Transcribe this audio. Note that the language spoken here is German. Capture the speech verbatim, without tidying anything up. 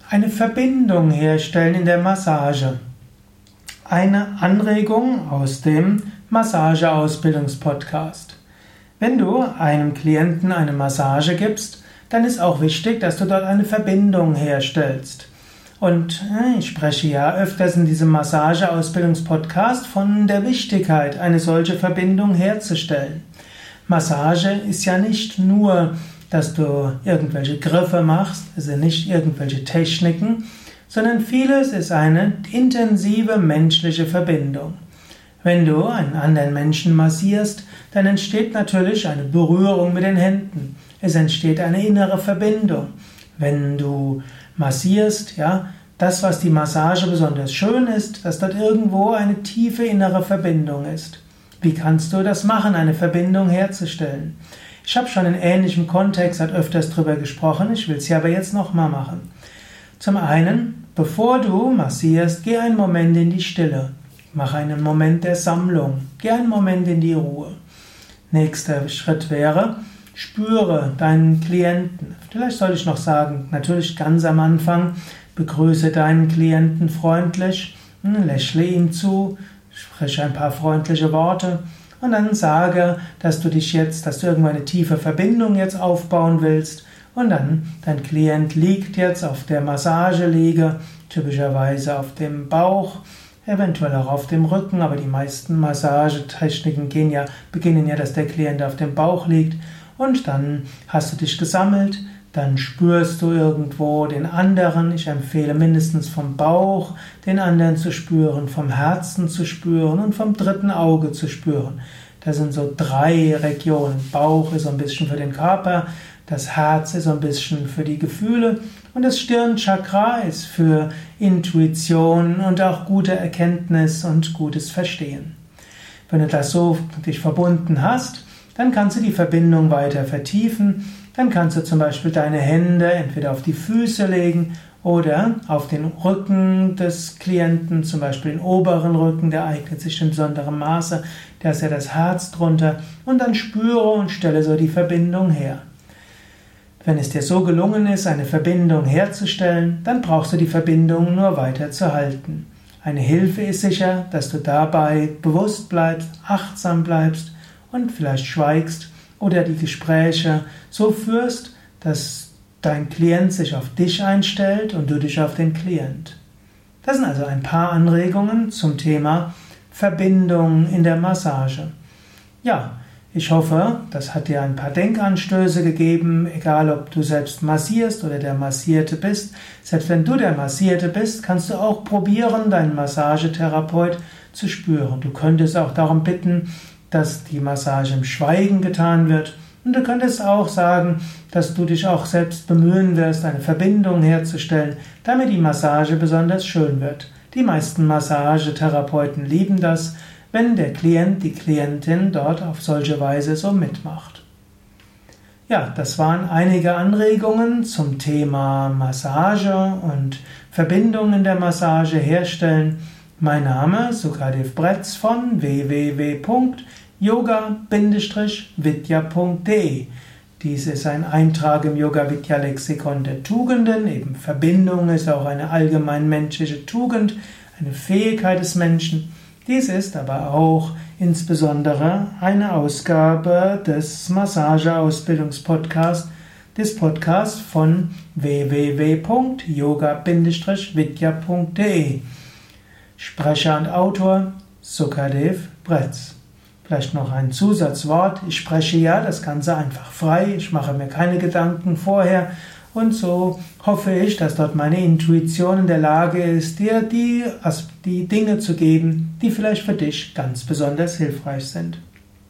Eine Verbindung herstellen in der Massage. Eine Anregung aus dem Massageausbildungspodcast. Wenn du einem Klienten eine Massage gibst, dann ist auch wichtig, dass du dort eine Verbindung herstellst. Und ich spreche ja öfters in diesem Massageausbildungspodcast von der Wichtigkeit, eine solche Verbindung herzustellen. Massage ist ja nicht nur, dass du irgendwelche Griffe machst, es sind nicht irgendwelche Techniken, sondern vieles ist eine intensive menschliche Verbindung. Wenn du einen anderen Menschen massierst, dann entsteht natürlich eine Berührung mit den Händen. Es entsteht eine innere Verbindung. Wenn du massierst, ja, das, was die Massage besonders schön ist, dass dort irgendwo eine tiefe innere Verbindung ist. Wie kannst du das machen, eine Verbindung herzustellen? Ich habe schon in ähnlichem Kontext halt öfters drüber gesprochen, ich will es hier aber jetzt nochmal machen. Zum einen, bevor du massierst, geh einen Moment in die Stille. Mach einen Moment der Sammlung. Geh einen Moment in die Ruhe. Nächster Schritt wäre, spüre deinen Klienten. Vielleicht soll ich noch sagen, natürlich ganz am Anfang, begrüße deinen Klienten freundlich, lächle ihm zu, spreche ein paar freundliche Worte und dann sage, dass du dich jetzt, dass du irgendwo eine tiefe Verbindung jetzt aufbauen willst und dann dein Klient liegt jetzt auf der Massageliege, typischerweise auf dem Bauch, eventuell auch auf dem Rücken, aber die meisten Massagetechniken gehen ja, beginnen ja, dass der Klient auf dem Bauch liegt und dann hast du dich gesammelt, dann spürst du irgendwo den anderen. Ich empfehle mindestens vom Bauch den anderen zu spüren, vom Herzen zu spüren und vom dritten Auge zu spüren. Das sind so drei Regionen. Bauch ist so ein bisschen für den Körper, das Herz ist so ein bisschen für die Gefühle und das Stirnchakra ist für Intuition und auch gute Erkenntnis und gutes Verstehen. Wenn du das so dich verbunden hast, dann kannst du die Verbindung weiter vertiefen. Dann kannst du zum Beispiel deine Hände entweder auf die Füße legen oder auf den Rücken des Klienten, zum Beispiel den oberen Rücken, der eignet sich in besonderem Maße, da ist ja das Herz drunter, und dann spüre und stelle so die Verbindung her. Wenn es dir so gelungen ist, eine Verbindung herzustellen, dann brauchst du die Verbindung nur weiter zu halten. Eine Hilfe ist sicher, dass du dabei bewusst bleibst, achtsam bleibst und vielleicht schweigst oder die Gespräche so führst, dass dein Klient sich auf dich einstellt und du dich auf den Klient. Das sind also ein paar Anregungen zum Thema Verbindung in der Massage. Ja, ich hoffe, das hat dir ein paar Denkanstöße gegeben, egal ob du selbst massierst oder der Massierte bist. Selbst wenn du der Massierte bist, kannst du auch probieren, deinen Massagetherapeut zu spüren. Du könntest auch darum bitten, dass die Massage im Schweigen getan wird. Und du könntest auch sagen, dass du dich auch selbst bemühen wirst, eine Verbindung herzustellen, damit die Massage besonders schön wird. Die meisten Massagetherapeuten lieben das, wenn der Klient, die Klientin dort auf solche Weise so mitmacht. Ja, das waren einige Anregungen zum Thema Massage und Verbindung in der Massage herstellen. Mein Name ist Sukadev Bretz von w w w punkt yoga vidya punkt de. Dies ist ein Eintrag im Yoga-Vidya-Lexikon der Tugenden. Eben Verbindung ist auch eine allgemeinmenschliche Tugend, eine Fähigkeit des Menschen. Dies ist aber auch insbesondere eine Ausgabe des Massageausbildungspodcasts, des Podcasts von w w w punkt yoga vidya punkt de. Sprecher und Autor Sukadev Bretz. Vielleicht noch ein Zusatzwort. Ich spreche ja das Ganze einfach frei. Ich mache mir keine Gedanken vorher. Und so hoffe ich, dass dort meine Intuition in der Lage ist, dir die, die Dinge zu geben, die vielleicht für dich ganz besonders hilfreich sind.